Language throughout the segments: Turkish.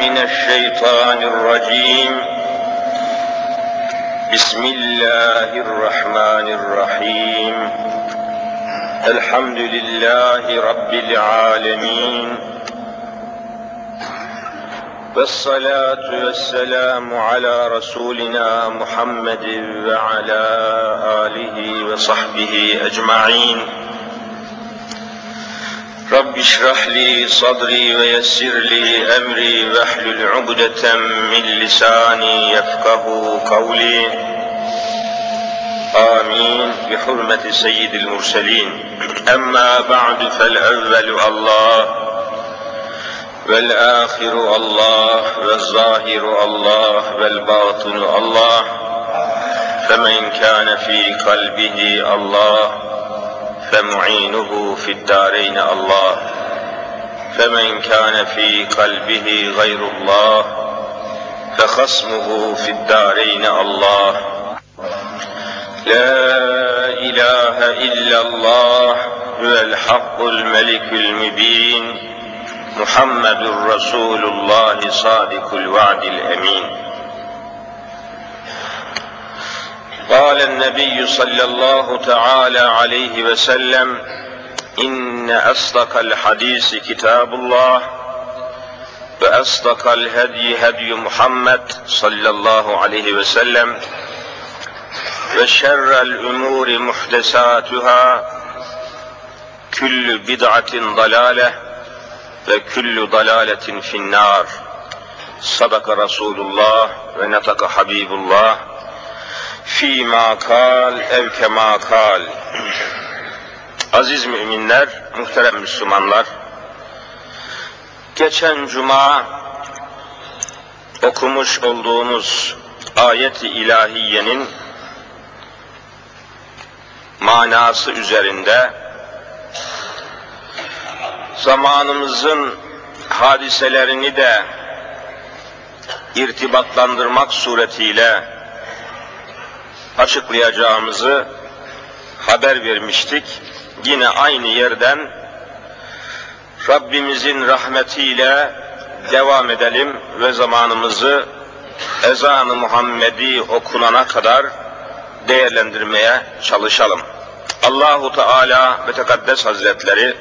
من الشيطان الرجيم بسم الله الرحمن الرحيم الحمد لله رب العالمين والصلاة والسلام على رسولنا محمد وعلى آله وصحبه أجمعين رب اشرح لي صدري ويسر لي أمري واحلل عقدة من لساني يفقه قولي آمين بحرمة سيد المرسلين أما بعد فالأول الله والآخر الله والظاهر الله والباطن الله فمن كان في قلبه الله فمعينه في الدارين الله فمن كان في قلبه غير الله فخصمه في الدارين الله لا إله إلا الله هو الحق الملك المبين محمد رسول الله صادق الوعد الأمين قال النبي صلى الله تعالى عليه وسلم إن أصدق الحديث كتاب الله وأصدق الهدي هدي محمد صلى الله عليه وسلم وشر الأمور محدثاتها كل بدعة ضلالة وكل ضلالة في النار صدق رسول الله ونطق حبيب الله فîmâ kâl ev kemâ kâl. Aziz müminler, muhterem Müslümanlar, geçen cuma okumuş olduğumuz ayet-i ilahiyenin manası üzerinde zamanımızın hadiselerini de irtibatlandırmak suretiyle açıklayacağımızı haber vermiştik. Yine aynı yerden Rabbimizin rahmetiyle devam edelim ve zamanımızı ezan-ı Muhammedi okunana kadar değerlendirmeye çalışalım. Allahu Teala ve Tekaddes Hazretleri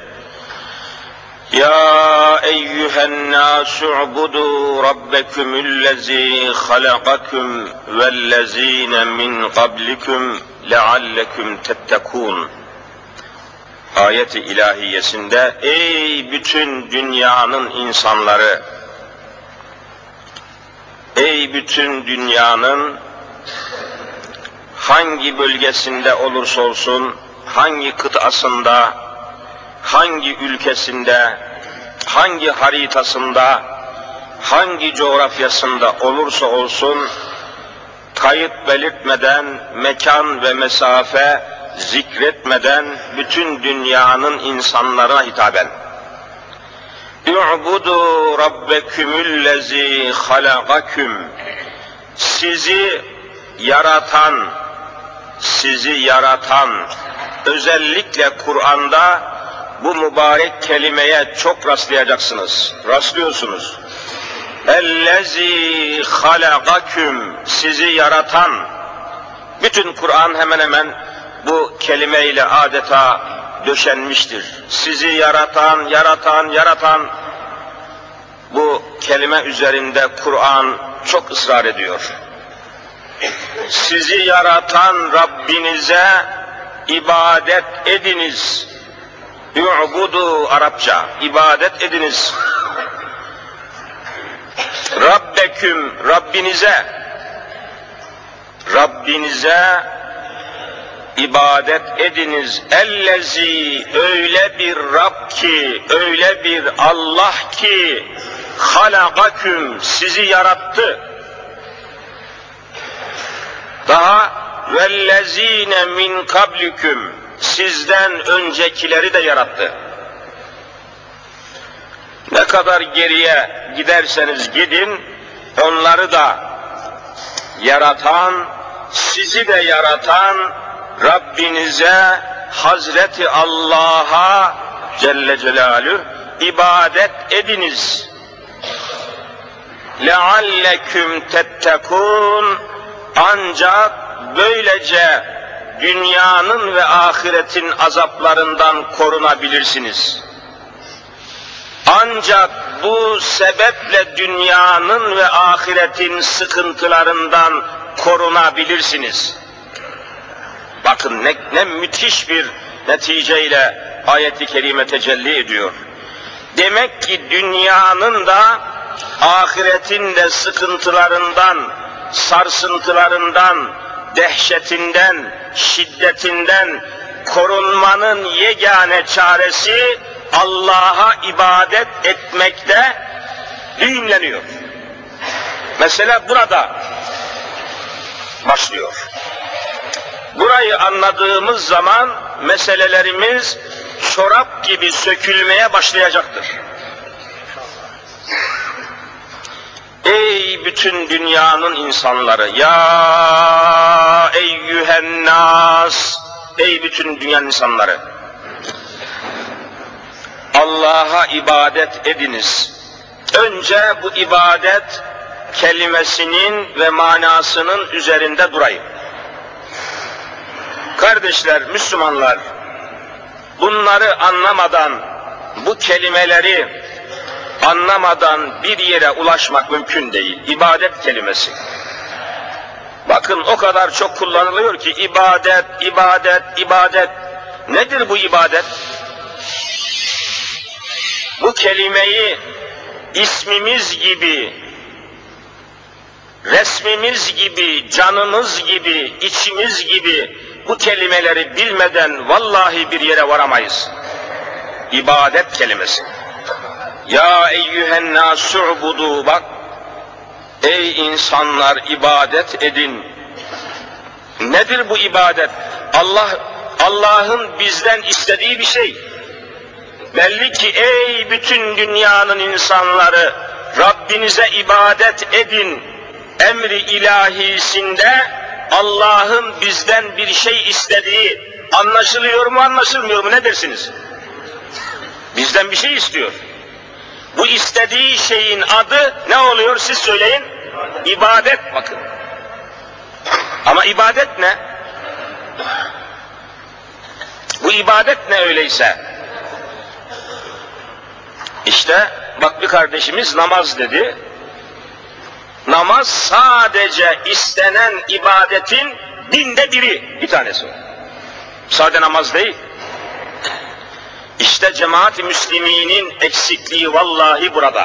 Ya eyyühen nâsu'budu rabbekumullezî halakakum vellezîne min qablikum leallekum tettekûn. Ayet-i ilahiyesinde ey bütün dünyanın insanları, ey bütün dünyanın hangi bölgesinde olursa olsun, hangi kıtasında, hangi ülkesinde, hangi haritasında, hangi coğrafyasında olursa olsun, kayıt belirtmeden, mekan ve mesafe zikretmeden bütün dünyanın insanlarına hitaben "Ü'budu rabbekumullezî halakakum" sizi yaratan, özellikle Kur'an'da bu mübarek kelimeye çok rastlayacaksınız. Rastlıyorsunuz. Ellezî halakakum, sizi yaratan. Bütün Kur'an hemen hemen bu kelimeyle adeta döşenmiştir. Sizi yaratan. Bu kelime üzerinde Kur'an çok ısrar ediyor. Sizi yaratan Rabbinize ibadet ediniz. Yu'budu Arapça, ibadet ediniz. Rabbeküm, Rabbinize ibadet ediniz. Ellezî, öyle bir Rab ki, öyle bir Allah ki, halakaküm, sizi yarattı. Daha vellezîne min kablikum, sizden öncekileri de yarattı. Ne kadar geriye giderseniz gidin, onları da yaratan, sizi de yaratan Rabbinize, Hazreti Allah'a Celle Celaluhu ibadet ediniz. لَعَلَّكُمْ تَتَّقُونَ. Ancak böylece dünyanın ve ahiretin azaplarından korunabilirsiniz. Ancak bu sebeple dünyanın ve ahiretin sıkıntılarından korunabilirsiniz. Bakın ne müthiş bir neticeyle ayet-i kerime tecelli ediyor. Demek ki dünyanın da ahiretin de sıkıntılarından, sarsıntılarından, dehşetinden, şiddetinden korunmanın yegane çaresi Allah'a ibadet etmekte düğümleniyor. Mesela burada başlıyor. Burayı anladığımız zaman meselelerimiz çorap gibi sökülmeye başlayacaktır. Ey bütün dünyanın insanları, ya eyyühen nas, ey bütün dünyanın insanları, Allah'a ibadet ediniz. Önce bu ibadet kelimesinin ve manasının üzerinde durayım. Kardeşler, Müslümanlar, bunları anlamadan, bu kelimeleri anlamadan bir yere ulaşmak mümkün değil. İbadet kelimesi. Bakın o kadar çok kullanılıyor ki ibadet, ibadet, ibadet. Nedir bu ibadet? Bu kelimeyi ismimiz gibi, resmimiz gibi, canımız gibi, içimiz gibi bu kelimeleri bilmeden vallahi bir yere varamayız. İbadet kelimesi. Ya eyyühen nâs'u'budu, bak, ey insanlar ibadet edin. Nedir bu ibadet? Allah'ın bizden istediği bir şey. Belli ki ey bütün dünyanın insanları, Rabbinize ibadet edin emri ilahisinde Allah'ın bizden bir şey istediği anlaşılıyor mu, anlaşılmıyor mu, ne dersiniz? Bizden bir şey istiyor. Bu istediği şeyin adı ne oluyor, siz söyleyin? İbadet, bakın. Ama ibadet ne? Bu ibadet ne öyleyse? İşte bak, bir kardeşimiz namaz dedi. Namaz sadece istenen ibadetin 1/1000, bir tanesi o. Sade namaz değil. İşte cemaat-i müsliminin eksikliği vallahi burada.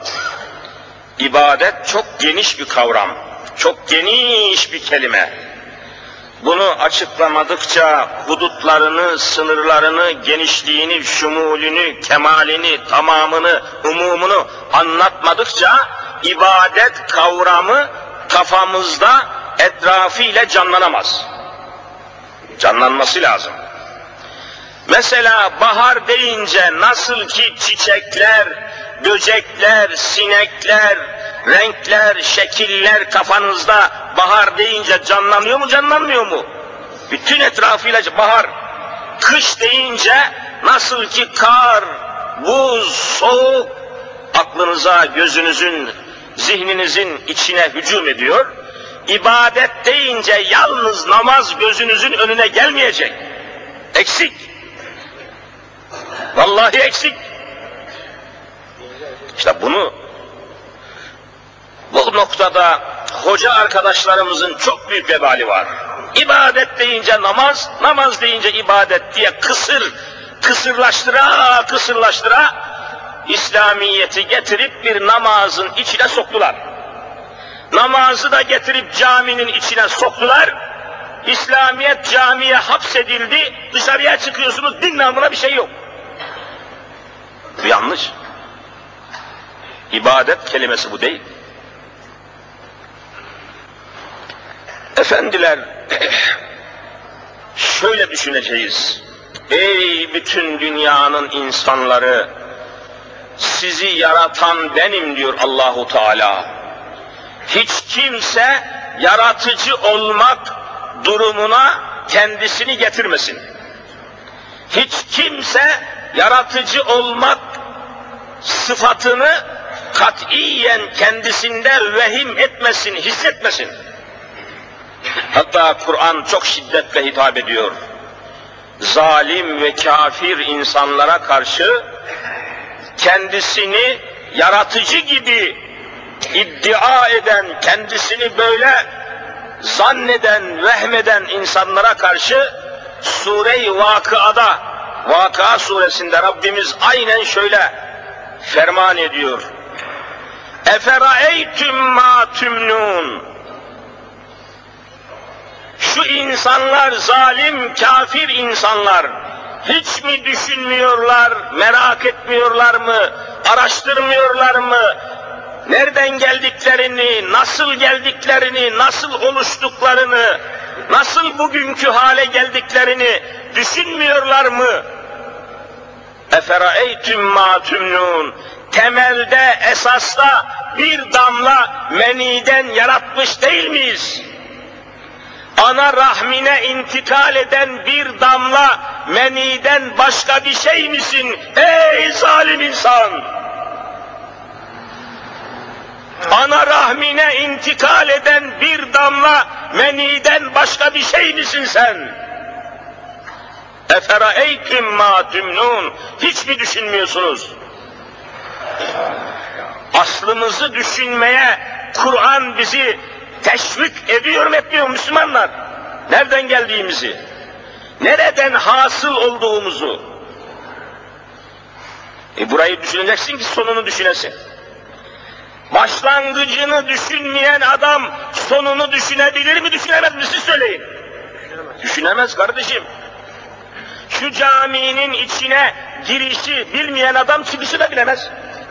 İbadet çok geniş bir kavram, çok geniş bir kelime. Bunu açıklamadıkça hudutlarını, sınırlarını, genişliğini, şumulünü, kemalini, tamamını, umumunu anlatmadıkça ibadet kavramı kafamızda etrafıyla canlanamaz. Canlanması lazım. Mesela bahar deyince nasıl ki çiçekler, böcekler, sinekler, renkler, şekiller kafanızda bahar deyince canlanıyor mu, canlanmıyor mu? Bütün etrafıyla bahar. Kış deyince nasıl ki kar, buz, soğuk aklınıza, gözünüzün, zihninizin içine hücum ediyor. İbadet deyince yalnız namaz gözünüzün önüne gelmeyecek. Eksik. Vallahi eksik. İşte bu noktada hoca arkadaşlarımızın çok büyük vebali var. İbadet deyince namaz, namaz deyince ibadet diye kısırlaştıra İslamiyet'i getirip bir namazın içine soktular. Namazı da getirip caminin içine soktular. İslamiyet camiye hapsedildi, dışarıya çıkıyorsunuz, din namına bir şey yok. Bu yanlış. İbadet kelimesi bu değil. Efendiler, şöyle düşüneceğiz. Ey bütün dünyanın insanları, sizi yaratan benim diyor Allahu Teala. Hiç kimse yaratıcı olmak durumuna kendisini getirmesin. Hiç kimse yaratıcı olmak sıfatını katiyen kendisinde vehim etmesin, hissetmesin. Hatta Kur'an çok şiddetle hitap ediyor. Zalim ve kafir insanlara karşı kendisini yaratıcı gibi iddia eden, kendisini böyle zanneden, vehmeden insanlara karşı Sure-i Vakıa'da, Vakıa suresinde Rabbimiz aynen şöyle ferman ediyor. Eferaeytüm ma tümnun. Şu insanlar, zalim, kafir insanlar, hiç mi düşünmüyorlar, merak etmiyorlar mı, araştırmıyorlar mı? Nereden geldiklerini, nasıl oluştuklarını, nasıl bugünkü hale geldiklerini düşünmüyorlar mı? Eferaeytüm ma tümnun. Temelde, esasda bir damla meniden yaratmış değil miyiz? Ana rahmine intikal eden bir damla meniden başka bir şey misin ey zalim insan? Ana rahmine intikal eden bir damla meniden başka bir şey misin sen? Eferaeytüm ma tümnun. Hiç mi düşünmüyorsunuz? Aslımızı düşünmeye Kur'an bizi teşvik ediyor mu etmiyor Müslümanlar? Nereden geldiğimizi, nereden hasıl olduğumuzu. Burayı düşüneceksin ki sonunu düşünesin. Başlangıcını düşünmeyen adam sonunu düşünebilir mi, düşünemez mi? Siz söyleyin. Düşünemez kardeşim. Şu caminin içine girişi bilmeyen adam çıkışı da bilemez.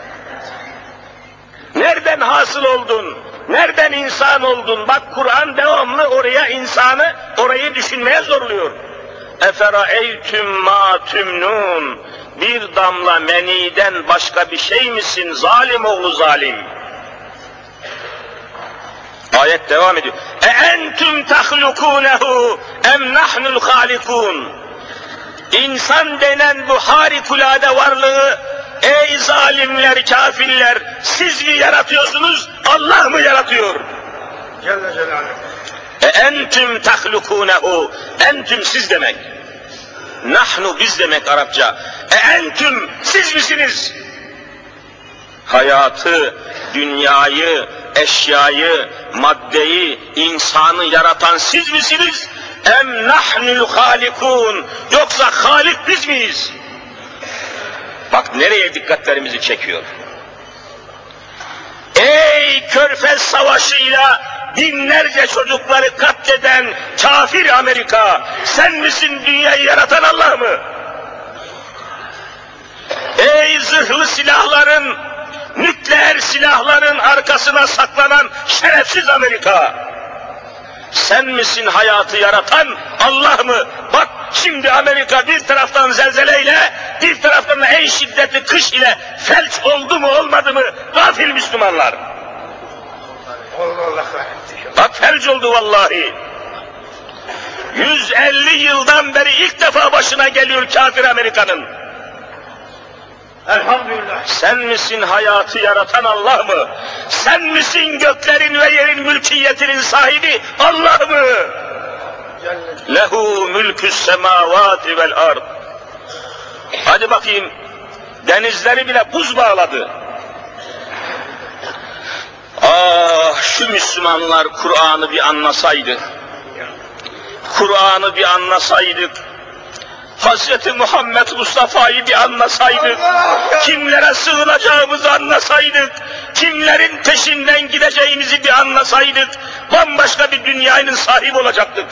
Nereden hasıl oldun? Nereden insan oldun? Bak Kur'an devamlı oraya insanı, orayı düşünmeye zorluyor. Eferaeytüm ma tümnun. Bir damla meniden başka bir şey misin zalim oğlu zalim? Ayet devam ediyor. Entüm tahlukunehu em nahnul halikun. İnsan denen bu harikulade varlığı, ey zalimler, kafirler, siz mi yaratıyorsunuz, Allah mı yaratıyor? Celle Celaluhu. Entüm tahlukunehu. Entüm siz demek. Nahnu biz demek Arapça. Entüm siz misiniz? Hayatı, dünyayı, eşyayı, maddeyi, insanı yaratan siz misiniz? Em nahnul halikun. Yoksa Halik biz miyiz? Bak nereye dikkatlerimizi çekiyor. Ey Körfez Savaşı'yla binlerce çocukları katleden kafir Amerika, sen misin dünyayı yaratan Allah mı? Ey zırhlı silahların, nükleer silahların arkasına saklanan şerefsiz Amerika, sen misin hayatı yaratan Allah mı? Bak şimdi Amerika bir taraftan zelzeleyle, bir taraftan da en şiddetli kış ile felç oldu mu olmadı mı? Gafil Müslümanlar. Bak felç oldu vallahi. 150 yıldan beri ilk defa başına geliyor kafir Amerika'nın. Elhamdülillah. Sen misin hayatı yaratan Allah mı? Sen misin göklerin ve yerin mülkiyetinin sahibi Allah mı? Lehu mülkü's semavati vel ard. Hadi bakayım, denizleri bile buz bağladı. Ah şu Müslümanlar Kur'an'ı bir anlasaydı. Kur'an'ı bir anlasaydık. Hazreti Muhammed Mustafa'yı bir anlasaydık, kimlere sığınacağımızı anlasaydık, kimlerin peşinden gideceğimizi bir anlasaydık, bambaşka bir dünyanın sahibi olacaktık.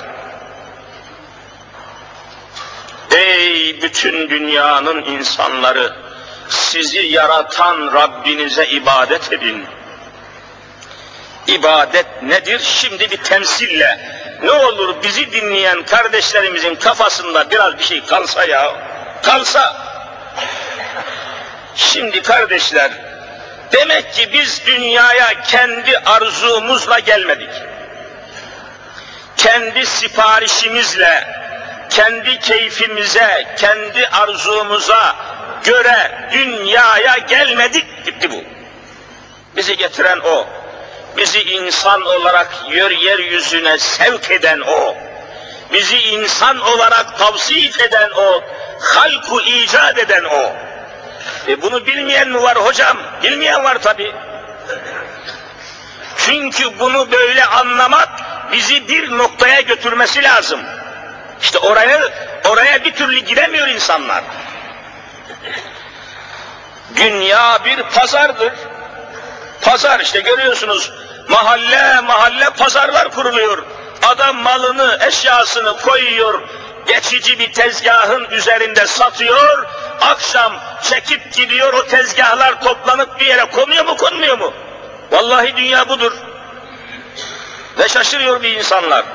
Ey bütün dünyanın insanları, sizi yaratan Rabbinize ibadet edin. İbadet nedir? Şimdi bir temsille, ne olur bizi dinleyen kardeşlerimizin kafasında biraz bir şey kalsa ya, kalsa. Şimdi kardeşler, demek ki biz dünyaya kendi arzumuzla gelmedik. Kendi siparişimizle, kendi keyfimize, kendi arzumuza göre dünyaya gelmedik, bitti bu. Bizi getiren O. Bizi insan olarak yeryüzüne sevk eden O. Bizi insan olarak tavsif eden O. Halku icat eden O. Bunu bilmeyen mi var hocam? Bilmeyen var tabii. Çünkü bunu böyle anlamak bizi bir noktaya götürmesi lazım. İşte oraya bir türlü gidemiyor insanlar. Dünya bir pazardır. Pazar işte görüyorsunuz, mahalle mahalle pazarlar kuruluyor. Adam malını, eşyasını koyuyor, geçici bir tezgahın üzerinde satıyor, akşam çekip gidiyor, o tezgahlar toplanıp bir yere konuyor mu konmuyor mu? Vallahi dünya budur. Ve şaşırıyor bir insanlar.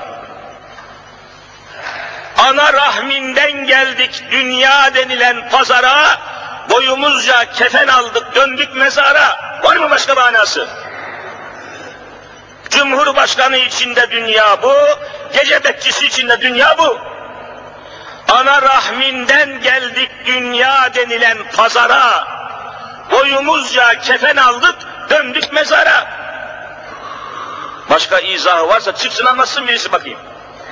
Ana rahminden geldik dünya denilen pazara, boyumuzca kefen aldık, döndük mezara. Var mı başka manası? Cumhurbaşkanı içinde dünya bu, gece bekçisi içinde dünya bu. Ana rahminden geldik dünya denilen pazara, boyumuzca kefen aldık, döndük mezara. Başka izahı varsa çıksın anlatsın birisi bakayım.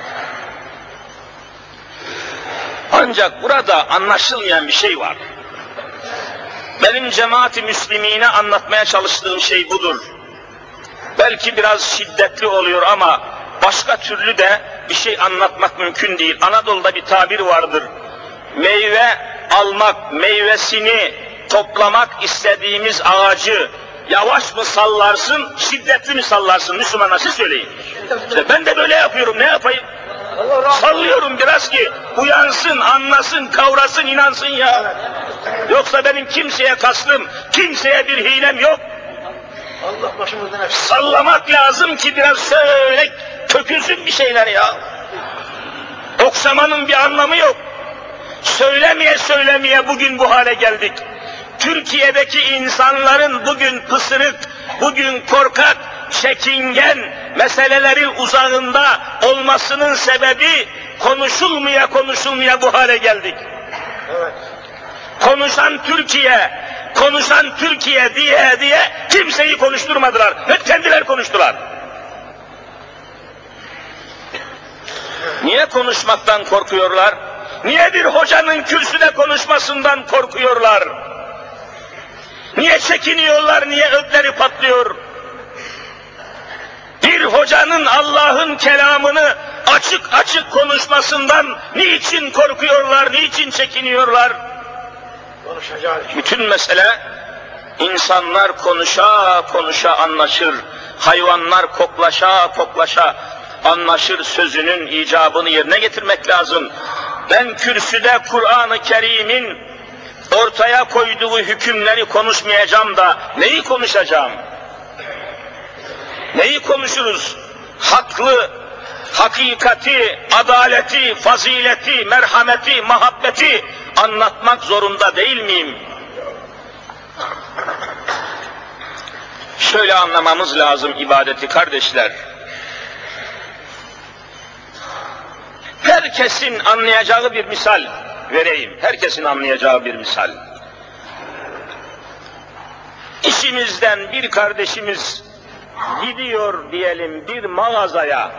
Ancak burada anlaşılmayan bir şey var. Benim cemaat-i müslimine anlatmaya çalıştığım şey budur. Belki biraz şiddetli oluyor ama başka türlü de bir şey anlatmak mümkün değil. Anadolu'da bir tabir vardır. Meyve almak, meyvesini toplamak istediğimiz ağacı yavaş mı sallarsın, şiddetli mi sallarsın? Müslümanlar siz söyleyin. İşte ben de böyle yapıyorum, ne yapayım? Sallıyorum biraz ki uyansın, anlasın, kavrasın, inansın ya. Yoksa benim kimseye kastım, kimseye bir hilem yok. Allah başımızdan hep. Sallamak lazım ki biraz şöyle tökülsün bir şeyler ya. Okşamanın bir anlamı yok. Söylemeye bugün bu hale geldik. Türkiye'deki insanların bugün pısırık, bugün korkak, çekingen meselelerin uzağında olmasının sebebi konuşulmaya bu hale geldik. Evet. Konuşan Türkiye diye kimseyi konuşturmadılar. Hep kendileri konuştular. Niye konuşmaktan korkuyorlar? Niye bir hocanın kürsüde konuşmasından korkuyorlar? Niye çekiniyorlar, niye ödleri patlıyor? Bir hocanın Allah'ın kelamını açık açık konuşmasından niçin korkuyorlar, niçin çekiniyorlar? Konuşacağız. Bütün mesele, insanlar konuşa anlaşır, hayvanlar koklaşa anlaşır sözünün icabını yerine getirmek lazım. Ben kürsüde Kur'an-ı Kerim'in ortaya koyduğu hükümleri konuşmayacağım da neyi konuşacağım? Neyi konuşuruz? Haklı, hakikati, adaleti, fazileti, merhameti, muhabbeti anlatmak zorunda değil miyim? Şöyle anlamamız lazım ibadeti kardeşler. Herkesin anlayacağı bir misal vereyim. Herkesin anlayacağı bir misal. İşimizden bir kardeşimiz gidiyor diyelim bir mağazaya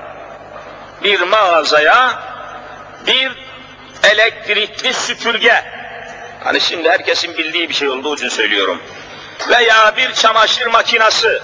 bir elektrikli süpürge, hani şimdi herkesin bildiği bir şey olduğu için söylüyorum, veya bir çamaşır makinesi,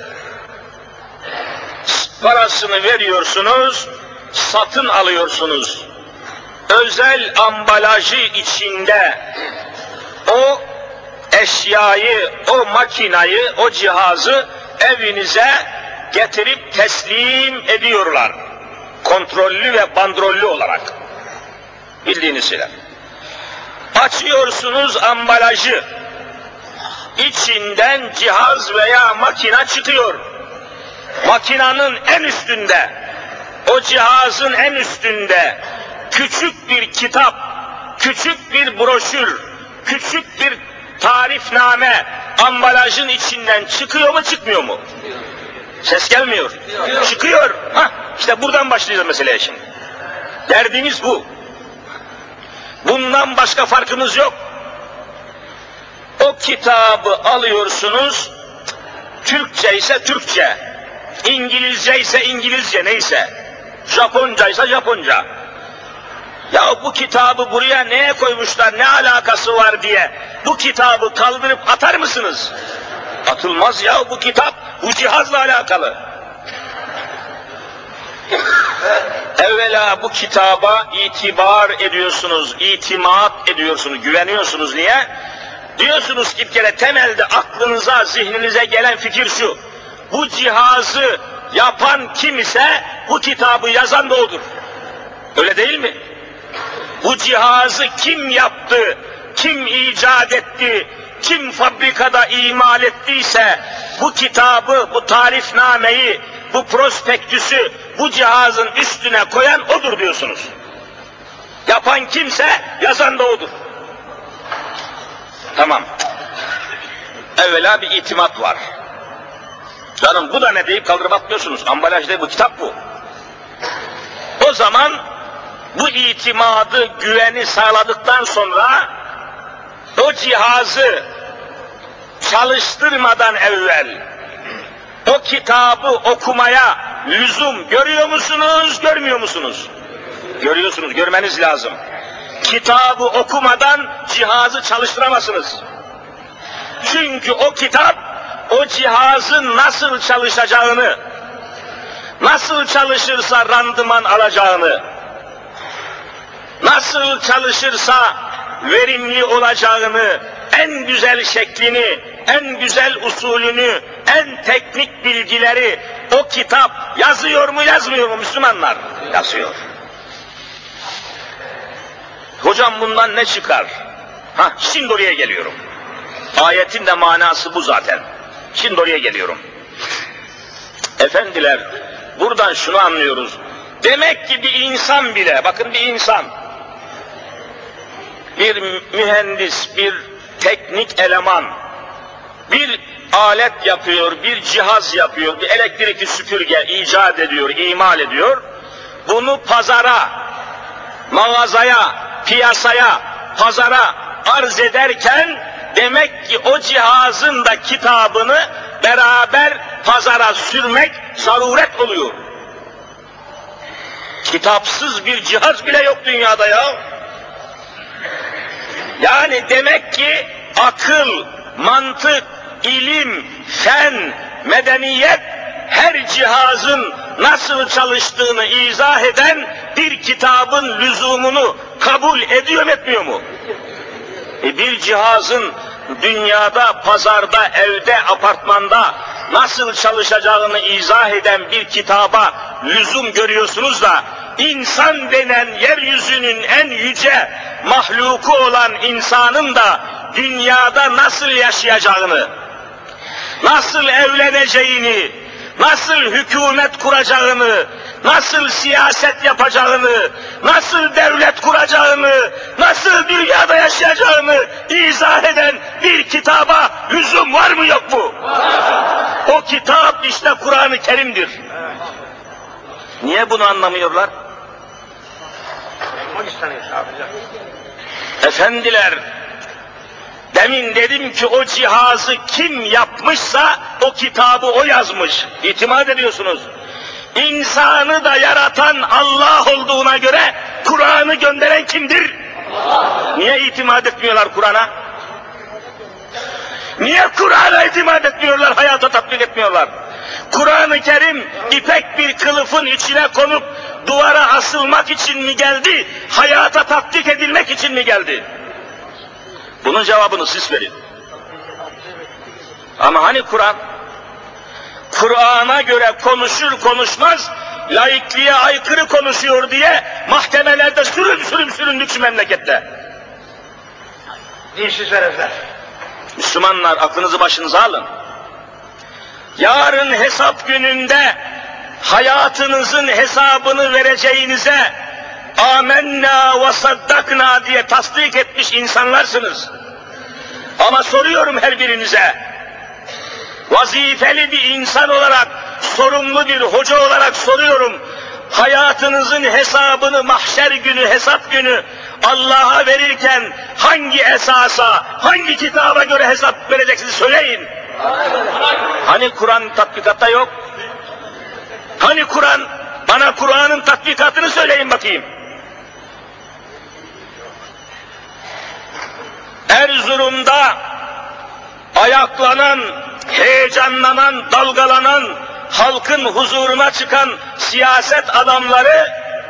parasını veriyorsunuz, satın alıyorsunuz. Özel ambalajı içinde o eşyayı, o makinayı, o cihazı evinize getirip teslim ediyorlar. Kontrollü ve bandrollü olarak. Bildiğiniz şeyler. Açıyorsunuz ambalajı. İçinden cihaz veya makina çıkıyor. Makinanın en üstünde, o cihazın en üstünde küçük bir kitap, küçük bir broşür, küçük bir tarifname ambalajın içinden çıkıyor mu çıkmıyor mu? Ses gelmiyor. Çıkıyor. İşte buradan başlayacağız meseleye şimdi. Derdimiz bu. Bundan başka farkımız yok. O kitabı alıyorsunuz, Türkçe ise Türkçe, İngilizce ise İngilizce, neyse, Japonca ise Japonca. Ya bu kitabı buraya neye koymuşlar, ne alakası var diye bu kitabı kaldırıp atar mısınız? Atılmaz ya, bu kitap bu cihazla alakalı. Evvela bu kitaba itibar ediyorsunuz, itimat ediyorsunuz, güveniyorsunuz. Niye? Diyorsunuz ki bir kere temelde aklınıza, zihninize gelen fikir şu: bu cihazı yapan kim ise bu kitabı yazan da odur. Öyle değil mi? Bu cihazı kim yaptı, kim icat etti, kim fabrikada imal ettiyse bu kitabı, bu tarifnameyi, bu prospektüsü bu cihazın üstüne koyan odur diyorsunuz. Yapan kimse yazan da odur. Tamam. Evvela bir itimat var. Canım bu da ne deyip kaldırıp atmıyorsunuz. Ambalajda bu, kitap bu. O zaman bu itimadı, güveni sağladıktan sonra o cihazı çalıştırmadan evvel o kitabı okumaya lüzum görüyor musunuz, görmüyor musunuz? Görüyorsunuz, görmeniz lazım. Kitabı okumadan cihazı çalıştıramazsınız. Çünkü o kitap o cihazın nasıl çalışacağını, nasıl çalışırsa randıman alacağını, nasıl çalışırsa verimli olacağını, en güzel şeklini, en güzel usulünü, en teknik bilgileri o kitap yazıyor mu, yazmıyor mu Müslümanlar? Yazıyor. Hocam bundan ne çıkar? Şimdi oraya geliyorum. Ayetin de manası bu zaten. Şimdi oraya geliyorum. Efendiler, buradan şunu anlıyoruz. Demek ki bir insan bile, bakın bir insan, bir mühendis, bir teknik eleman, bir alet yapıyor, bir cihaz yapıyor, bir elektrikli süpürge icat ediyor, imal ediyor. Bunu pazara, mağazaya, piyasaya, pazara arz ederken demek ki o cihazın da kitabını beraber pazara sürmek zaruret oluyor. Kitapsız bir cihaz bile yok dünyada ya. Yani demek ki akıl, mantık, ilim, fen, medeniyet her cihazın nasıl çalıştığını izah eden bir kitabın lüzumunu kabul ediyor mu, etmiyor mu? Bir cihazın dünyada, pazarda, evde, apartmanda nasıl çalışacağını izah eden bir kitaba lüzum görüyorsunuz da insan denen yeryüzünün en yüce mahluku olan insanın da dünyada nasıl yaşayacağını, nasıl evleneceğini, nasıl hükümet kuracağını, nasıl siyaset yapacağını, nasıl devlet kuracağını, nasıl dünyada yaşayacağını izah eden bir kitaba lüzum var mı, yok mu? O kitap işte Kur'an-ı Kerim'dir. Niye bunu anlamıyorlar? Efendiler, demin dedim ki o cihazı kim yapmışsa o kitabı o yazmış. İtimat ediyorsunuz. İnsanı da yaratan Allah olduğuna göre Kur'an'ı gönderen kimdir? Allah. Niye itimat etmiyorlar Kur'an'a? Niye Kur'an'a itimat etmiyorlar, hayata tatbik etmiyorlar? Kur'an-ı Kerim ipek bir kılıfın içine konup duvara asılmak için mi geldi, hayata tatbik edilmek için mi geldi? Bunun cevabını siz verin. Ama hani Kur'an? Kur'an'a göre konuşur konuşmaz, laikliğe aykırı konuşuyor diye mahkemelerde süründük şu memlekette. Dinsiz herifler. Müslümanlar, aklınızı başınıza alın. Yarın hesap gününde hayatınızın hesabını vereceğinize amenna ve saddakna diye tasdik etmiş insanlarsınız. Ama soruyorum her birinize, vazifeli bir insan olarak, sorumlu bir hoca olarak soruyorum, hayatınızın hesabını mahşer günü, hesap günü Allah'a verirken hangi esasa, hangi kitaba göre hesap vereceksiniz söyleyin. Hani Kur'an tatbikatta yok? Hani Kur'an? Bana Kur'an'ın tatbikatını söyleyin bakayım. Erzurum'da ayaklanan, heyecanlanan, dalgalanan, halkın huzuruna çıkan siyaset adamları,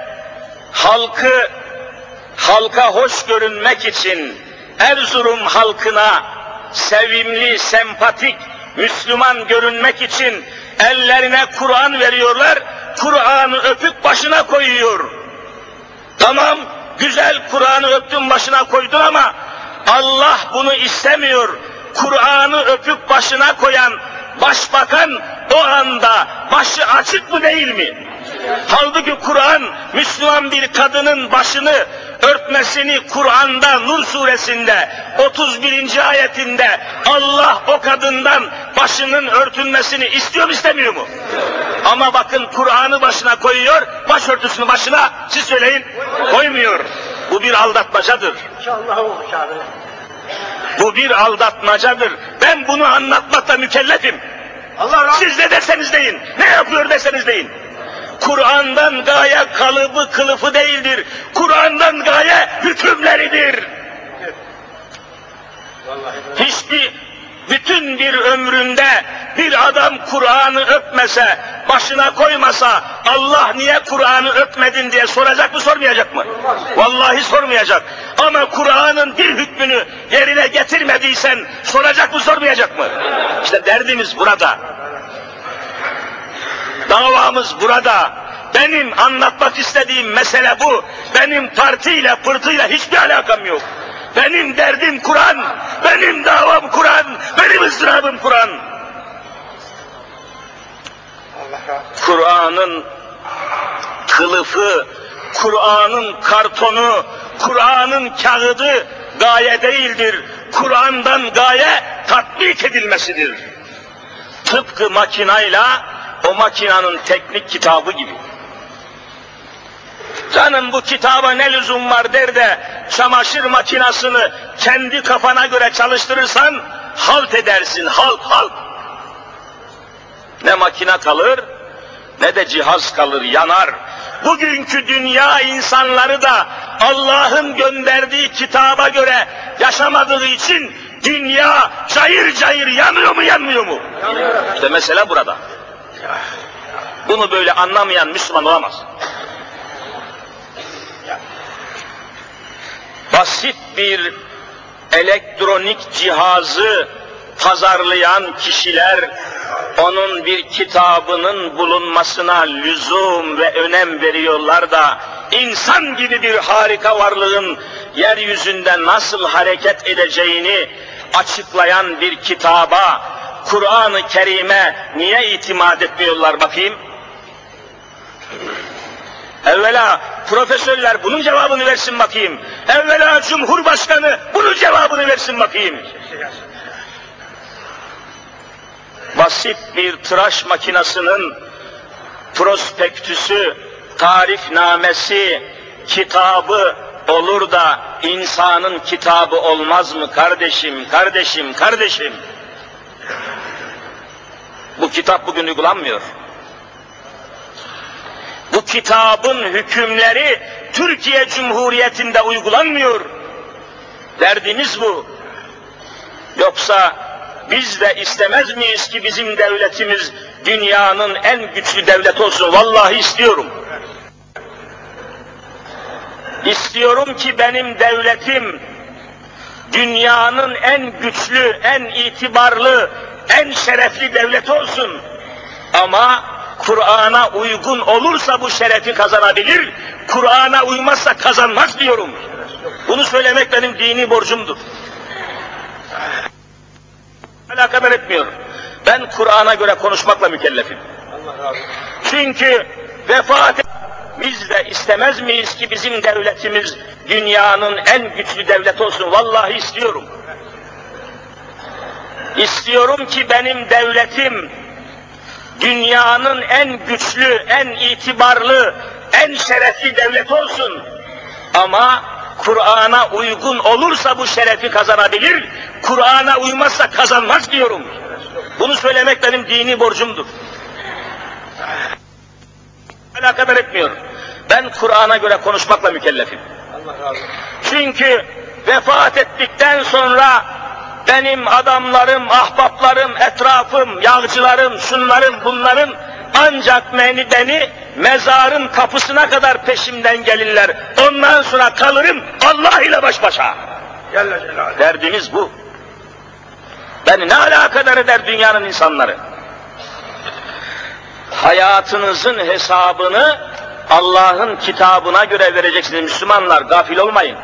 halka hoş görünmek için, Erzurum halkına sevimli, sempatik, Müslüman görünmek için ellerine Kur'an veriyorlar, Kur'an'ı öpüp başına koyuyor. Tamam, güzel, Kur'an'ı öptün başına koydun ama Allah bunu istemiyor. Kur'an'ı öpüp başına koyan başbakan o anda başı açık mı değil mi? Halbuki Kur'an, Müslüman bir kadının başını örtmesini Kur'an'da, Nur suresinde 31. ayetinde Allah o kadından başının örtülmesini istiyor mu, istemiyor mu? Ama bakın Kur'an'ı başına koyuyor, başörtüsünü başına, siz söyleyin, koymuyor. Bu bir aldatmacadır. İnşallah olmuş abi. Bu bir aldatmacadır. Ben bunu anlatmakla mükellefim. Allah razı olsun. Siz ne derseniz deyin, ne yapıyor deseniz deyin. Kur'an'dan gaye kalıbı kılıfı değildir. Kur'an'dan gaye hükümleridir. Bütün bir ömründe bir adam Kur'an'ı öpmese, başına koymasa, Allah niye Kur'an'ı öpmedin diye soracak mı, sormayacak mı? Vallahi sormayacak. Ama Kur'an'ın bir hükmünü yerine getirmediysen soracak mı, sormayacak mı? İşte derdimiz burada. Davamız burada. Benim anlatmak istediğim mesele bu. Benim partiyle, pırtıyla hiçbir alakam yok. Benim derdim Kur'an, benim davam Kur'an, benim ızdırabım Kur'an. Kur'an'ın kılıfı, Kur'an'ın kartonu, Kur'an'ın kağıdı gaye değildir. Kur'an'dan gaye tatbik edilmesidir. Tıpkı makinayla, o makinanın teknik kitabı gibi. Canım bu kitaba ne lüzum var der de çamaşır makinasını kendi kafana göre çalıştırırsan halt edersin, halt. Ne makine kalır ne de cihaz kalır, yanar. Bugünkü dünya insanları da Allah'ın gönderdiği kitaba göre yaşamadığı için dünya cayır cayır yanıyor mu, yanmıyor mu? İşte mesele burada. Bunu böyle anlamayan Müslüman olamaz. Basit bir elektronik cihazı pazarlayan kişiler, onun bir kitabının bulunmasına lüzum ve önem veriyorlar da, insan gibi bir harika varlığın yeryüzünde nasıl hareket edeceğini açıklayan bir kitaba, Kur'an-ı Kerim'e niye itimat etmiyorlar bakayım? Evvela profesörler bunun cevabını versin bakayım. Evvela Cumhurbaşkanı bunun cevabını versin bakayım. Basit bir tıraş makinesinin prospektüsü, tarifnamesi, kitabı olur da insanın kitabı olmaz mı kardeşim? Bu kitap bugün uygulanmıyor. Bu kitabın hükümleri Türkiye Cumhuriyeti'nde uygulanmıyor. Derdimiz bu. Yoksa biz de istemez miyiz ki bizim devletimiz dünyanın en güçlü devleti olsun? Vallahi istiyorum. İstiyorum ki benim devletim dünyanın en güçlü, en itibarlı, en şerefli devleti olsun. Ama Kur'an'a uygun olursa bu şerefi kazanabilir, Kur'an'a uymazsa kazanmaz diyorum. Bunu söylemek benim dini borcumdur. Alakadar etmiyor. Ben Kur'an'a göre konuşmakla mükellefim. Çünkü biz de istemez miyiz ki bizim devletimiz dünyanın en güçlü devleti olsun? Vallahi istiyorum. İstiyorum ki benim devletim dünyanın en güçlü, en itibarlı, en şerefli devleti olsun. Ama Kur'an'a uygun olursa bu şerefi kazanabilir, Kur'an'a uymazsa kazanmaz diyorum. Bunu söylemek benim dini borcumdur. Alakadar etmiyor. Ben Kur'an'a göre konuşmakla mükellefim. Allah razı olsun. Çünkü vefat ettikten sonra benim adamlarım, ahbaplarım, etrafım, yağcılarım, şunlarım, bunların ancak beni mezarın kapısına kadar peşimden gelirler. Ondan sonra kalırım Allah ile baş başa. Celle Celaluhu. Derdimiz bu. Beni ne alakadar eder dünyanın insanları? Hayatınızın hesabını Allah'ın kitabına göre vereceksiniz Müslümanlar, gafil olmayın.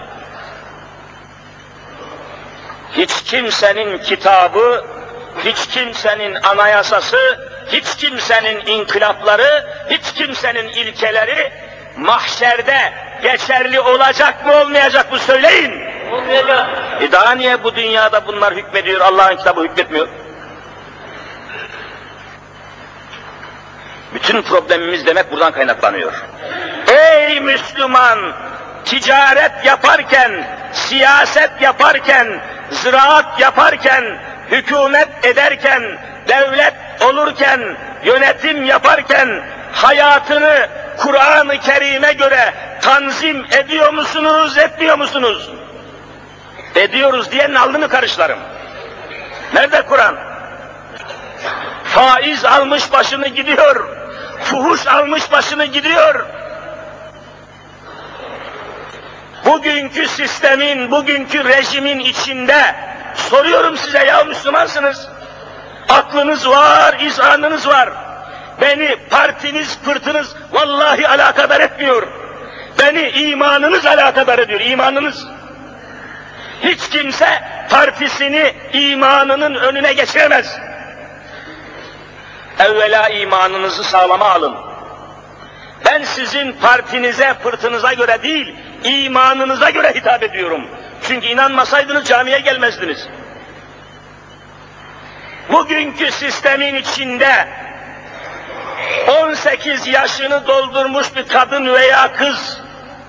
Hiç kimsenin kitabı, hiç kimsenin anayasası, hiç kimsenin inkılapları, hiç kimsenin ilkeleri mahşerde geçerli olacak mı olmayacak mı söyleyin. Olmayacak. Daha niye bu dünyada bunlar hükmediyor, Allah'ın kitabı hükmetmiyor? Bütün problemimiz demek buradan kaynaklanıyor. Ey Müslüman! Ticaret yaparken, siyaset yaparken, ziraat yaparken, hükümet ederken, devlet olurken, yönetim yaparken hayatını Kur'an-ı Kerim'e göre tanzim ediyor musunuz, etmiyor musunuz? Ediyoruz diyenin alnını karışlarım. Nerede Kur'an? Faiz almış başını gidiyor, fuhuş almış başını gidiyor. Bugünkü sistemin, bugünkü rejimin içinde soruyorum size ya Müslümansınız. Aklınız var, izanınız var. Beni partiniz, pırtınız vallahi alakadar etmiyor. Beni imanınız alakadar ediyor, imanınız. Hiç kimse partisini imanının önüne geçiremez. Evvela imanınızı sağlama alın. Ben sizin partinize, pırtınıza göre değil, imanınıza göre hitap ediyorum. Çünkü inanmasaydınız camiye gelmezdiniz. Bugünkü sistemin içinde 18 yaşını doldurmuş bir kadın veya kız,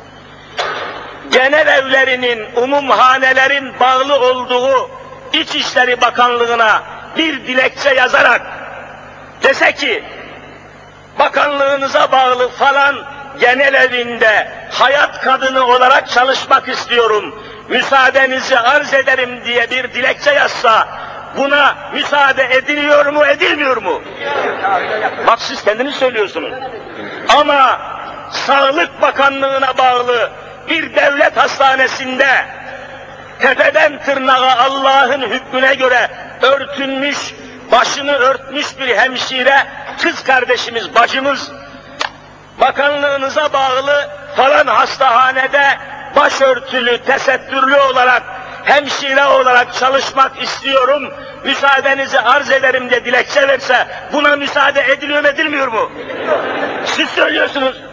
genel evlerinin, umumhanelerin bağlı olduğu İçişleri Bakanlığı'na bir dilekçe yazarak dese ki, bakanlığınıza bağlı falan genel evinde hayat kadını olarak çalışmak istiyorum, müsaadenizi arz ederim diye bir dilekçe yazsa, buna müsaade ediliyor mu, edilmiyor mu? Bak siz kendiniz söylüyorsunuz. Ama Sağlık Bakanlığı'na bağlı bir devlet hastanesinde tepeden tırnağa Allah'ın hükmüne göre örtünmüş, başını örtmüş bir hemşire, kız kardeşimiz, bacımız, bakanlığınıza bağlı falan hastahanede başörtülü, tesettürlü olarak, hemşire olarak çalışmak istiyorum, müsaadenizi arz ederim diye dilekçe verse, buna müsaade ediliyor mu, edilmiyor mu? Siz söylüyorsunuz.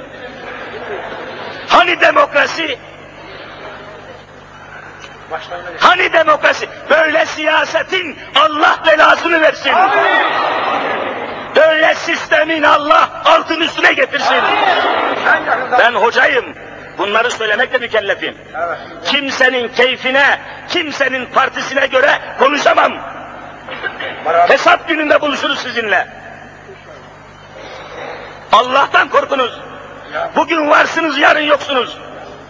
Hani demokrasi? Hani demokrasi? Böyle siyasetin Allah belasını versin. Böyle sistemin Allah altın üstüne getirsin. Ben hocayım. Bunları söylemekle mükellefim. Kimsenin keyfine, kimsenin partisine göre konuşamam. Hesap gününde buluşuruz sizinle. Allah'tan korkunuz. Bugün varsınız, yarın yoksunuz.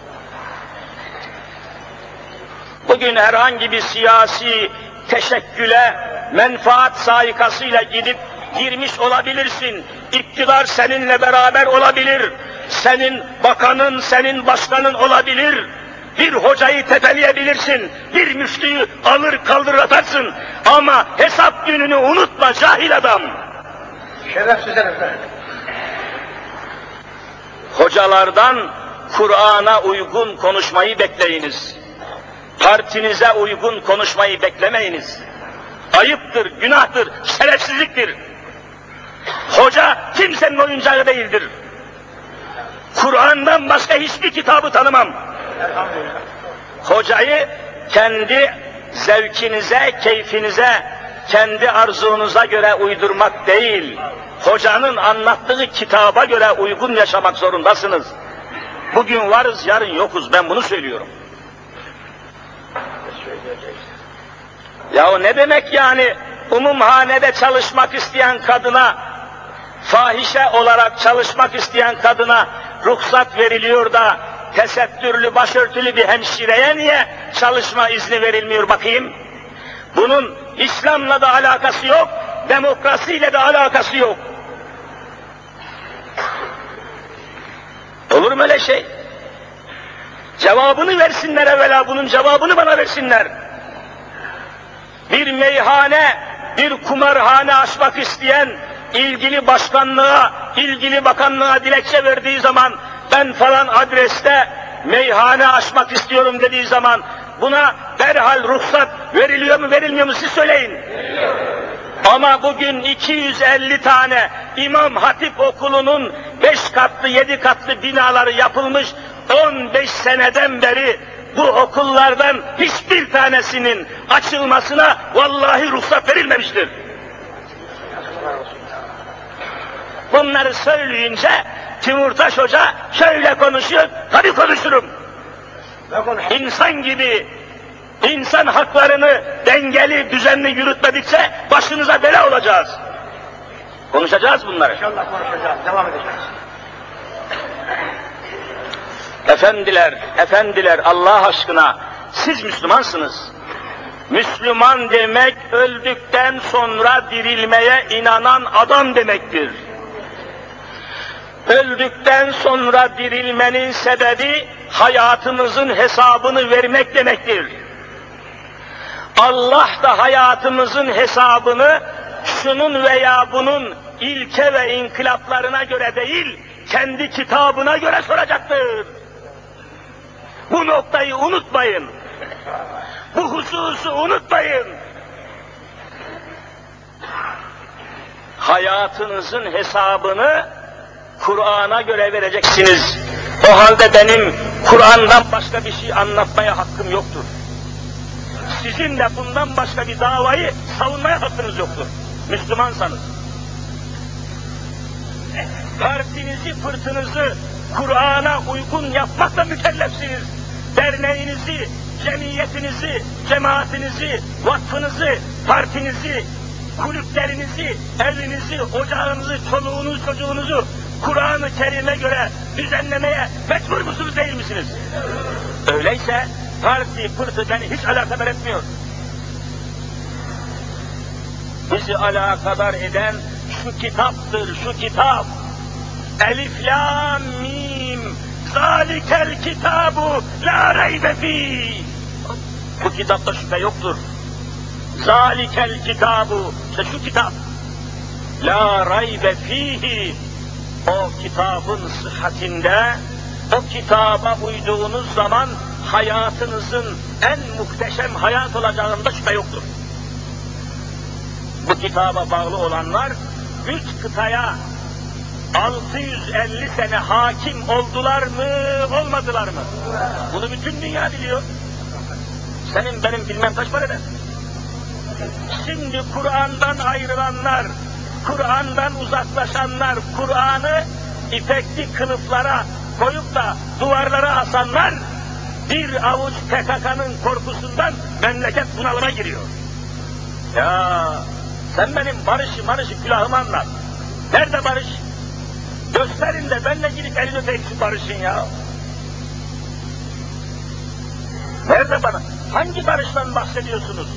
Bugün herhangi bir siyasi teşekküle, menfaat saikasıyla girmiş olabilirsin. İktidar seninle beraber olabilir. Senin bakanın, senin başkanın olabilir. Bir hocayı tepeleyebilirsin. Bir müftüyü alır kaldırır atarsın. Ama hesap gününü unutma cahil adam. Şerefsiz herifler. Hocalardan Kur'an'a uygun konuşmayı bekleyiniz. Partinize uygun konuşmayı beklemeyiniz. Ayıptır, günahtır, şerefsizliktir. Hoca kimsenin oyuncağı değildir. Kur'an'dan başka hiçbir kitabı tanımam. Hocayı kendi zevkinize, keyfinize, kendi arzunuza göre uydurmak değil, hocanın anlattığı kitaba göre uygun yaşamak zorundasınız. Bugün varız, yarın yokuz, ben bunu söylüyorum. Yahu ne demek yani umumhanede çalışmak isteyen kadına, fahişe olarak çalışmak isteyen kadına ruhsat veriliyor da tesettürlü, başörtülü bir hemşireye niye çalışma izni verilmiyor bakayım? Bunun İslam'la da alakası yok, demokrasiyle de alakası yok. Olur mu öyle şey? Cevabını versinler evvela, bunun cevabını bana versinler. Bir meyhane, bir kumarhane açmak isteyen ilgili başkanlığa, ilgili bakanlığa dilekçe verdiği zaman ben falan adreste meyhane açmak istiyorum dediği zaman buna derhal ruhsat veriliyor mu verilmiyor mu siz söyleyin. Ama bugün 250 tane İmam Hatip Okulu'nun 5 katlı 7 katlı binaları yapılmış, 15 seneden beri bu okullardan hiçbir tanesinin açılmasına vallahi ruhsat verilmemiştir. Bunları söyleyince Timurtaş Hoca şöyle konuşuyor, tabii konuşurum. İnsan gibi, insan haklarını dengeli, düzenli yürütmedikçe başınıza bela olacağız. Konuşacağız bunları. İnşallah konuşacağız, devam edeceğiz. Efendiler Allah aşkına siz Müslümansınız. Müslüman demek öldükten sonra dirilmeye inanan adam demektir. Öldükten sonra dirilmenin sebebi hayatımızın hesabını vermek demektir. Allah da hayatımızın hesabını şunun veya bunun ilke ve inkılaplarına göre değil, kendi kitabına göre soracaktır. Bu noktayı unutmayın. Bu hususu unutmayın. Hayatınızın hesabını Kur'an'a göre vereceksiniz. O halde benim Kur'an'dan başka bir şey anlatmaya hakkım yoktur. Sizin de bundan başka bir davayı savunmaya hakkınız yoktur. Müslümansanız. Partinizi, fırtınızı Kur'an'a uygun yapmakla mükellefsiniz. Derneğinizi, cemiyetinizi, cemaatinizi, vakfınızı, partinizi, kulüplerinizi, evinizi, ocağınızı, çoluğunuzu, çocuğunuzu Kur'an-ı Kerim'e göre düzenlemeye mecbur musunuz değil misiniz? Öyleyse parti, pırtı beni hiç alakadar etmiyor. Bizi alakadar eden şu kitaptır, şu kitap. Elif, lam, mim, zalikel kitabu, la reybe fî. Bu kitapta şüphe yoktur. Zalikel kitabu, işte şu kitap. La reybe fîhi. O kitabın sıhhatinde, o kitaba uyduğunuz zaman hayatınızın en muhteşem hayat olacağında şüphe yoktur. Bu kitaba bağlı olanlar 3 kıtaya 650 sene hakim oldular mı, olmadılar mı? Bunu bütün dünya biliyor. Senin benim bilmem kaç para eder. Şimdi Kur'an'dan ayrılanlar, Kur'an'dan uzaklaşanlar, Kur'an'ı ipekli kılıflara koyup da duvarlara asanlar, bir avuç PKK'nın korkusundan memleket bunalıma giriyor. Ya sen benim barışı külahımı anlat. Nerede barış? Gösterin de benle gidip elini öpeyim şu barışın ya. Nerede bana? Hangi barıştan bahsediyorsunuz?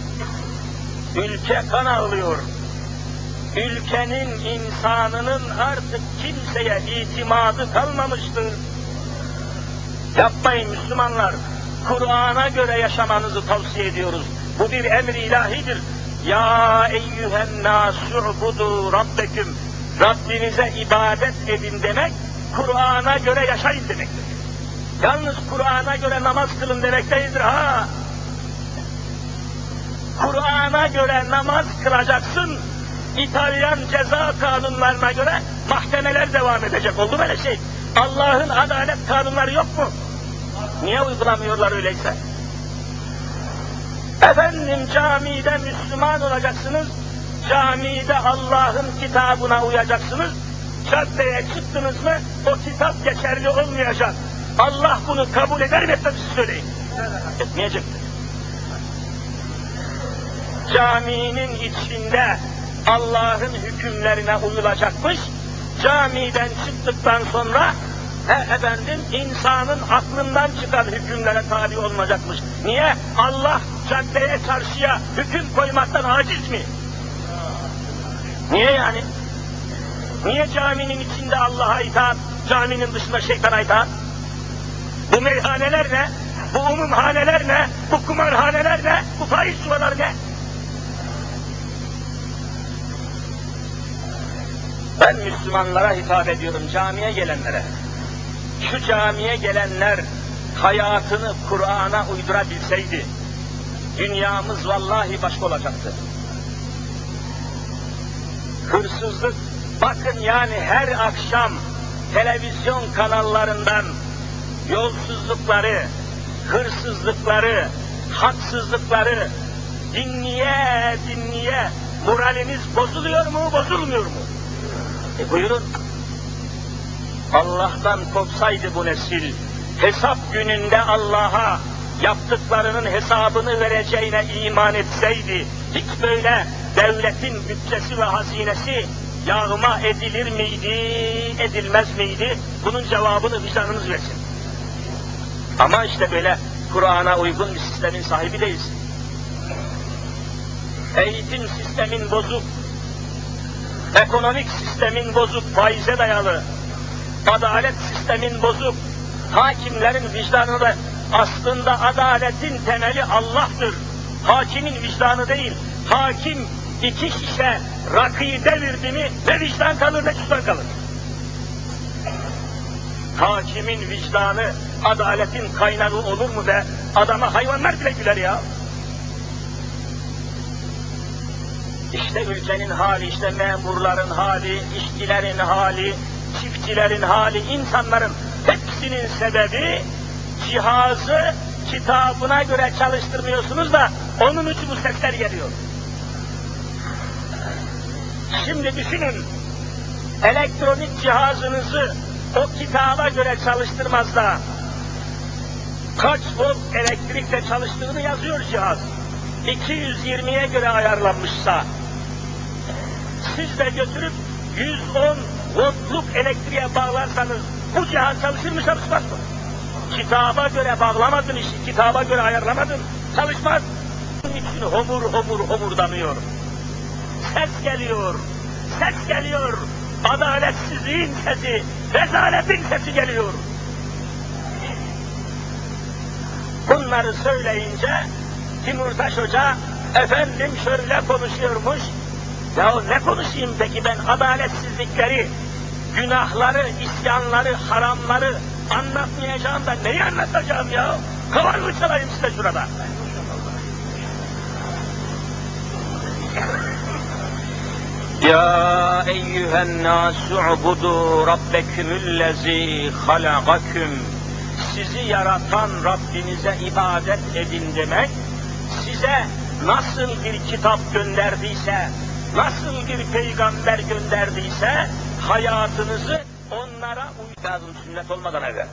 Ülke kan ağlıyor. Ülkenin, insanının artık kimseye itimadı kalmamıştır. Yapmayın Müslümanlar. Kur'an'a göre yaşamanızı tavsiye ediyoruz. Bu bir emri ilahidir. Ya eyyühen nâs'u'budu rabbeküm. Rabbinize ibadet edin demek, Kur'an'a göre yaşayın demektir. Yalnız Kur'an'a göre namaz kılın demek değildir ha. Kur'an'a göre namaz kılacaksın, İtalyan ceza kanunlarına göre mahkemeler devam edecek. Oldu böyle şey. Allah'ın adalet kanunları yok mu? Niye uygulamıyorlar öyleyse? Efendim camide Müslüman olacaksınız, camide Allah'ın kitabına uyacaksınız, caddeye çıktınız mı o kitap geçerli olmayacak. Allah bunu kabul eder mi etmez söyleyin. Etmeyecektir. caminin içinde Allah'ın hükümlerine uyulacakmış. Camiden çıktıktan sonra insanın aklından çıkan hükümlere tabi olmayacakmış. Niye? Allah caddeye, çarşıya hüküm koymaktan aciz mi? Niye yani? Niye caminin içinde Allah'a itaat, caminin dışında şeytana itaat? Bu meyhaneler ne? Bu umumhaneler ne? Bu kumarhaneler ne? Bu faiz yuvaları ne? Ben Müslümanlara hitap ediyorum, camiye gelenlere. Şu camiye gelenler hayatını Kur'an'a uydurabilseydi, dünyamız vallahi başka olacaktı. Hırsızlık, bakın yani her akşam televizyon kanallarından yolsuzlukları, hırsızlıkları, haksızlıkları dinleye dinleye moraliniz bozuluyor mu, bozulmuyor mu? Buyurun. Allah'tan korksaydı bu nesil, hesap gününde Allah'a yaptıklarının hesabını vereceğine iman etseydi, hiç böyle devletin bütçesi ve hazinesi yağma edilir miydi, edilmez miydi? Bunun cevabını vicdanınız versin. Ama işte böyle Kur'an'a uygun bir sistemin sahibi değiliz. Eğitim sistemin bozuk, ekonomik sistemin bozuk, faize dayalı, adalet sistemin bozuk, hakimlerin vicdanı da aslında adaletin temeli Allah'tır. Hakimin vicdanı değil. Hakim iki şişe rakıyı devirdi mi ne vicdan kalır ne cüzdan kalır. Hakimin vicdanı adaletin kaynağı olur mu be? Adama hayvanlar bile güler ya. İşte ülkenin hali, işte memurların hali, işçilerin hali, çiftçilerin hali, insanların hepsinin sebebi cihazı kitabına göre çalıştırmıyorsunuz da onun için bu sesler geliyor. Şimdi düşünün, elektronik cihazınızı o kitaba göre çalıştırmaz da kaç volt elektrikle çalıştığını yazıyor cihaz. 220'ye göre ayarlanmışsa siz de götürüp 110 voltluk elektriğe bağlarsanız bu cihaz çalışır mı, çalışmaz mı? Kitaba göre bağlamadın işi, kitaba göre ayarlamadın, çalışmaz. Bunun için homur homur homurdanıyor. Ses geliyor, ses geliyor. Adaletsizliğin sesi, rezaletin sesi geliyor. Bunları söyleyince Timurtaş Hoca efendim şöyle konuşuyormuş. Ya ne konuşayım peki ben adaletsizlikleri, günahları, isyanları, haramları anlatmayacağım da neyi anlatacağım ya? Kaval mı çalayım size şurada? Ya eyyühen nâsu'budu rabbekümüllezî halagaküm. Sizi yaratan Rabbinize ibadet edin demek, size nasıl bir kitap gönderdiyse, nasıl bir peygamber gönderdiyse, hayatınızı onlara uygun sünnet olmadan evvel.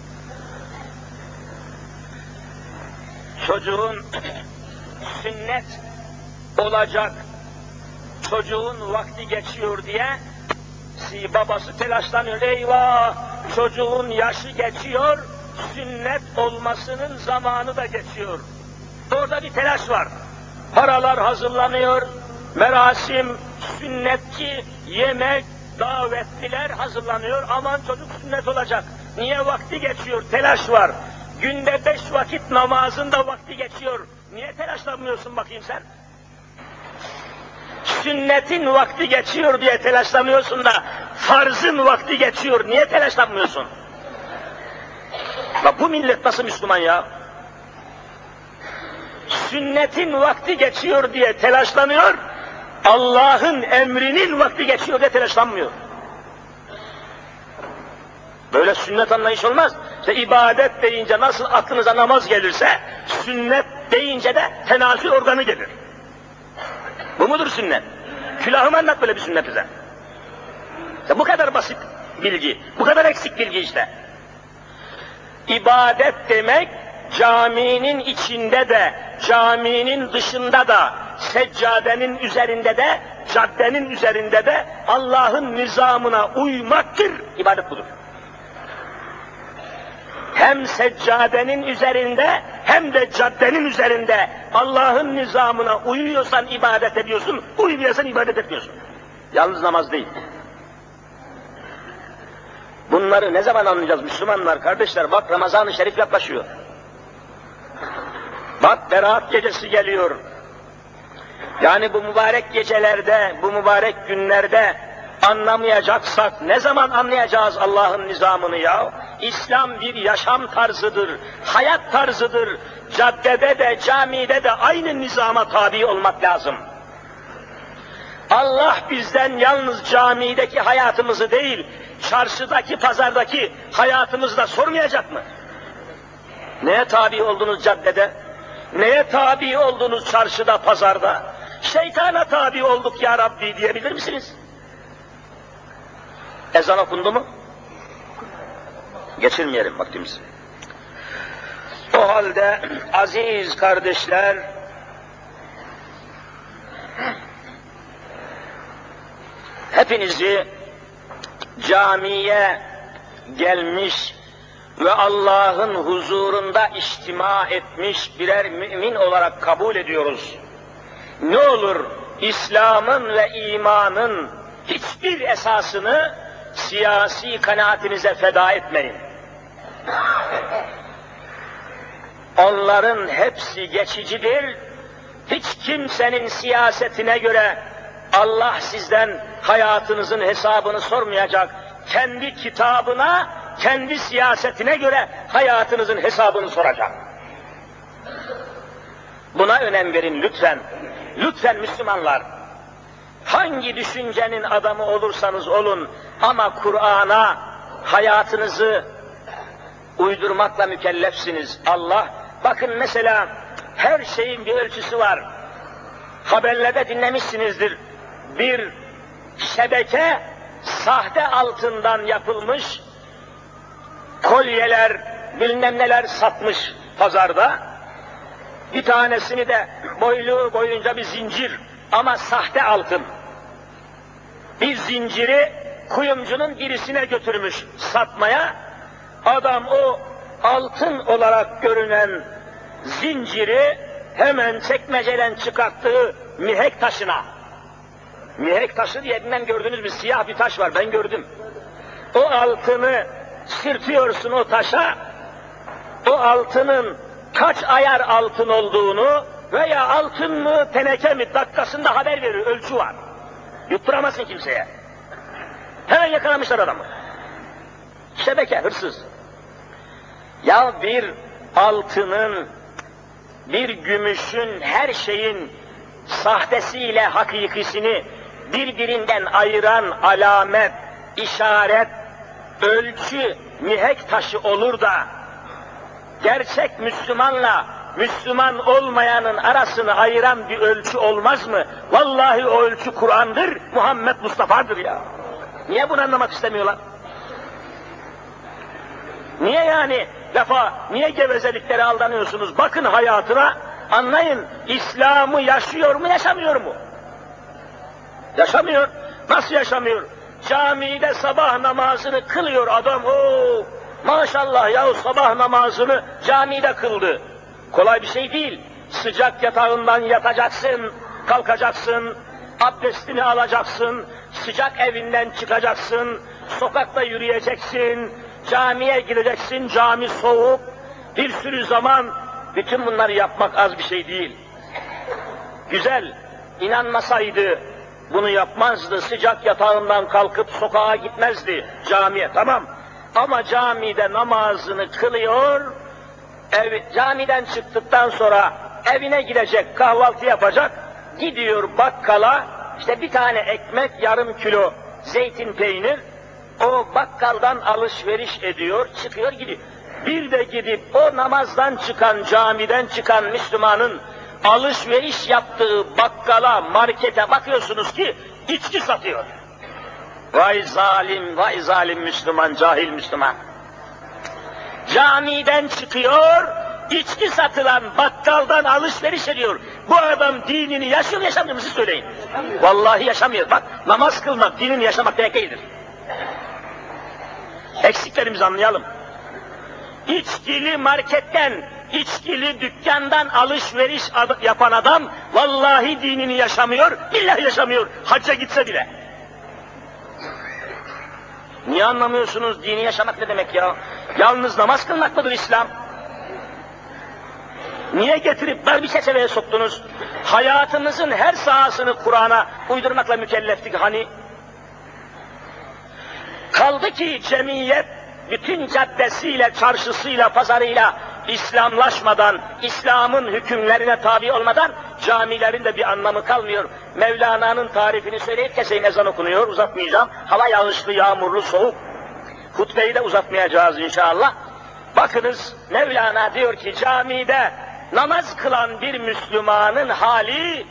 Çocuğun sünnet olacak, çocuğun vakti geçiyor diye babası telaşlanıyor. Eyvah! Çocuğun yaşı geçiyor, sünnet olmasının zamanı da geçiyor. Orada bir telaş var. Paralar hazırlanıyor, merasim, sünnetçi, yemek, davetliler hazırlanıyor. Aman çocuk sünnet olacak. Niye vakti geçiyor? Telaş var. Günde 5 vakit namazın da vakti geçiyor. Niye telaşlanmıyorsun bakayım sen? Sünnetin vakti geçiyor diye telaşlanıyorsun da farzın vakti geçiyor. Niye telaşlanmıyorsun? Bak bu millet nasıl Müslüman ya? Sünnetin vakti geçiyor diye telaşlanıyor, Allah'ın emrinin vakti geçiyor diye telaşlanmıyor. Böyle sünnet anlayış olmaz. İşte ibadet deyince nasıl aklınıza namaz gelirse, sünnet deyince de tenasül organı gelir. Bu mudur sünnet? Külahımı anlat böyle bir sünnet bize. İşte bu kadar basit bilgi, bu kadar eksik bilgi işte. İbadet demek, caminin içinde de, caminin dışında da, seccadenin üzerinde de, caddenin üzerinde de Allah'ın nizamına uymaktır, ibadet budur. Hem seccadenin üzerinde hem de caddenin üzerinde Allah'ın nizamına uyuyorsan ibadet ediyorsun, uymuyorsan ibadet etmiyorsun. Yalnız namaz değil. Bunları ne zaman anlayacağız Müslümanlar, kardeşler? Bak Ramazan-ı Şerif yaklaşıyor. Bak Berat gecesi geliyor. Yani bu mübarek gecelerde, bu mübarek günlerde anlamayacaksak ne zaman anlayacağız Allah'ın nizamını ya? İslam bir yaşam tarzıdır, hayat tarzıdır. Caddede de, camide de aynı nizama tabi olmak lazım. Allah bizden yalnız camideki hayatımızı değil, çarşıdaki, pazardaki hayatımızı da sormayacak mı? Neye tabi oldunuz caddede? Neye tabi oldunuz çarşıda, pazarda? Şeytana tabi olduk ya Rabbi diyebilir misiniz? Ezan okundu mu? Geçirmeyelim vaktimizi. O halde aziz kardeşler, hepinizi camiye gelmiş ve Allah'ın huzurunda içtima etmiş birer mümin olarak kabul ediyoruz. Ne olur İslam'ın ve imanın hiçbir esasını siyasi kanaatinize feda etmeyin. Onların hepsi geçicidir. Hiç kimsenin siyasetine göre Allah sizden hayatınızın hesabını sormayacak. Kendi kitabına, kendi siyasetine göre hayatınızın hesabını soracak. Buna önem verin lütfen. Lütfen Müslümanlar. Hangi düşüncenin adamı olursanız olun ama Kur'an'a hayatınızı uydurmakla mükellefsiniz. Allah, bakın mesela her şeyin bir ölçüsü var. Haberlerde dinlemişsinizdir. Bir şebeke sahte altından yapılmış kolyeler, bilmem neler satmış pazarda. Bir tanesini de boylu boyunca bir zincir ama sahte altın. Bir zinciri kuyumcunun birisine götürmüş satmaya. Adam o altın olarak görünen zinciri hemen çekmeceden çıkarttığı mihenk taşına. Mihenk taşı diye bilmem gördünüz mü? Siyah bir taş var, ben gördüm. O altını sürtüyorsun o taşa, o altının kaç ayar altın olduğunu veya altın mı, teneke mi dakikasında haber verir, ölçü var. Yutturamazsın kimseye. Hemen yakalamışlar adamı. Şebeke, hırsız. Ya bir altının, bir gümüşün, her şeyin sahtesiyle hakikisini birbirinden ayıran alamet, işaret, ölçü, mihenk taşı olur da gerçek Müslümanla Müslüman olmayanın arasını ayıran bir ölçü olmaz mı? Vallahi o ölçü Kur'an'dır, Muhammed Mustafa'dır ya. Niye bunu anlamak istemiyorlar? Niye yani niye gevezeliklere aldanıyorsunuz? Bakın hayatına, anlayın, İslam'ı yaşıyor mu, yaşamıyor mu? Yaşamıyor. Nasıl yaşamıyor? Camide sabah namazını kılıyor adam, maşallah ya, sabah namazını camide kıldı. Kolay bir şey değil. Sıcak yatağından yatacaksın, kalkacaksın, abdestini alacaksın, sıcak evinden çıkacaksın, sokakta yürüyeceksin, camiye gireceksin, cami soğuk, bir sürü zaman, bütün bunları yapmak az bir şey değil. Güzel, inanmasaydı bunu yapmazdı, sıcak yatağından kalkıp sokağa gitmezdi, camiye, tamam. Ama camide namazını kılıyor, camiden çıktıktan sonra evine gidecek, kahvaltı yapacak, gidiyor bakkala, işte bir tane ekmek, yarım kilo zeytin peynir, o bakkaldan alışveriş ediyor, çıkıyor gidiyor. Bir de gidip o namazdan çıkan, camiden çıkan Müslümanın alışveriş yaptığı bakkala, markete bakıyorsunuz ki içki satıyor. Vay zalim Müslüman, cahil Müslüman. Camiden çıkıyor, içki satılan bakkaldan alışveriş ediyor. Bu adam dinini yaşıyor mu yaşamıyor mu siz söyleyin. Vallahi yaşamıyor. Bak namaz kılmak dinini yaşamak demek değildir. Eksiklerimizi anlayalım. İçkili marketten, içkili dükkandan alışveriş yapan adam vallahi dinini yaşamıyor, billahi yaşamıyor. Hacca gitse bile. Niye anlamıyorsunuz dini yaşamak ne demek ya? Yalnız namaz kılmak mıdır İslam? Niye getirip dar bir çerçeveye soktunuz? Hayatımızın her sahasını Kur'an'a uydurmakla mükelleftik hani. Kaldı ki cemiyet bütün caddesiyle, çarşısıyla, pazarıyla İslamlaşmadan, İslam'ın hükümlerine tabi olmadan camilerin de bir anlamı kalmıyor. Mevlana'nın tarifini söyleyip keseyim, ezan okunuyor, uzatmayacağım. Hava yağışlı, yağmurlu, soğuk. Hutbeyi de uzatmayacağız inşallah. Bakınız Mevlana diyor ki camide namaz kılan bir Müslümanın hali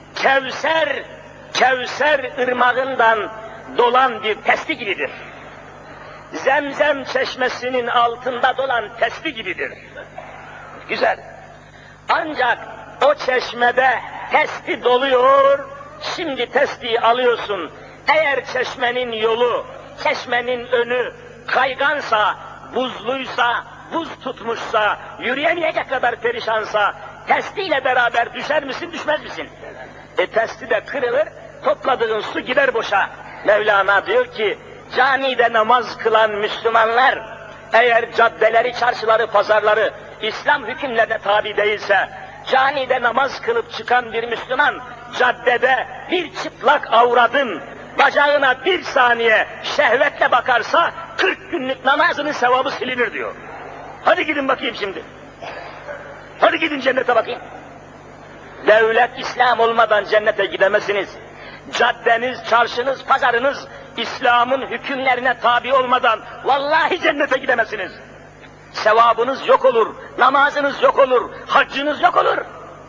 Kevser ırmağından dolan bir testi gibidir. Zemzem çeşmesinin altında dolan testi gibidir. Güzel. Ancak o çeşmede testi doluyor, şimdi testiyi alıyorsun. Eğer çeşmenin yolu, çeşmenin önü kaygansa, buzluysa, buz tutmuşsa, yürüyemeyecek kadar perişansa, testiyle beraber düşer misin, düşmez misin? Testi de kırılır, topladığın su gider boşa. Mevlana diyor ki, camide namaz kılan Müslümanlar, eğer caddeleri, çarşıları, pazarları İslam hükümlerine tabi değilse, camide namaz kılıp çıkan bir Müslüman, caddede bir çıplak avradın bacağına bir saniye şehvetle bakarsa, 40 günlük namazının sevabı silinir diyor. Hadi gidin bakayım şimdi. Hadi gidin cennete bakayım. Devlet İslam olmadan cennete gidemezsiniz. Caddeniz, çarşınız, pazarınız İslam'ın hükümlerine tabi olmadan vallahi cennete gidemezsiniz. Sevabınız yok olur, namazınız yok olur, haccınız yok olur.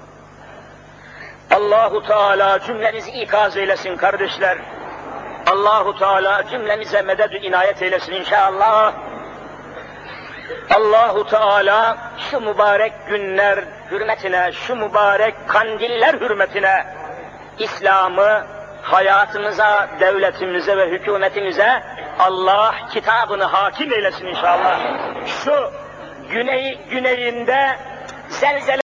Allahu Teala cümlenizi ikaz eylesin kardeşler. Allahu Teala cümlemize meded-i inayet eylesin inşallah. Allahu Teala şu mübarek günler hürmetine, şu mübarek kandiller hürmetine İslam'ı hayatımıza, devletimize ve hükümetimize Allah kitabını hakim eylesin inşallah. Şu güneyinde zelzele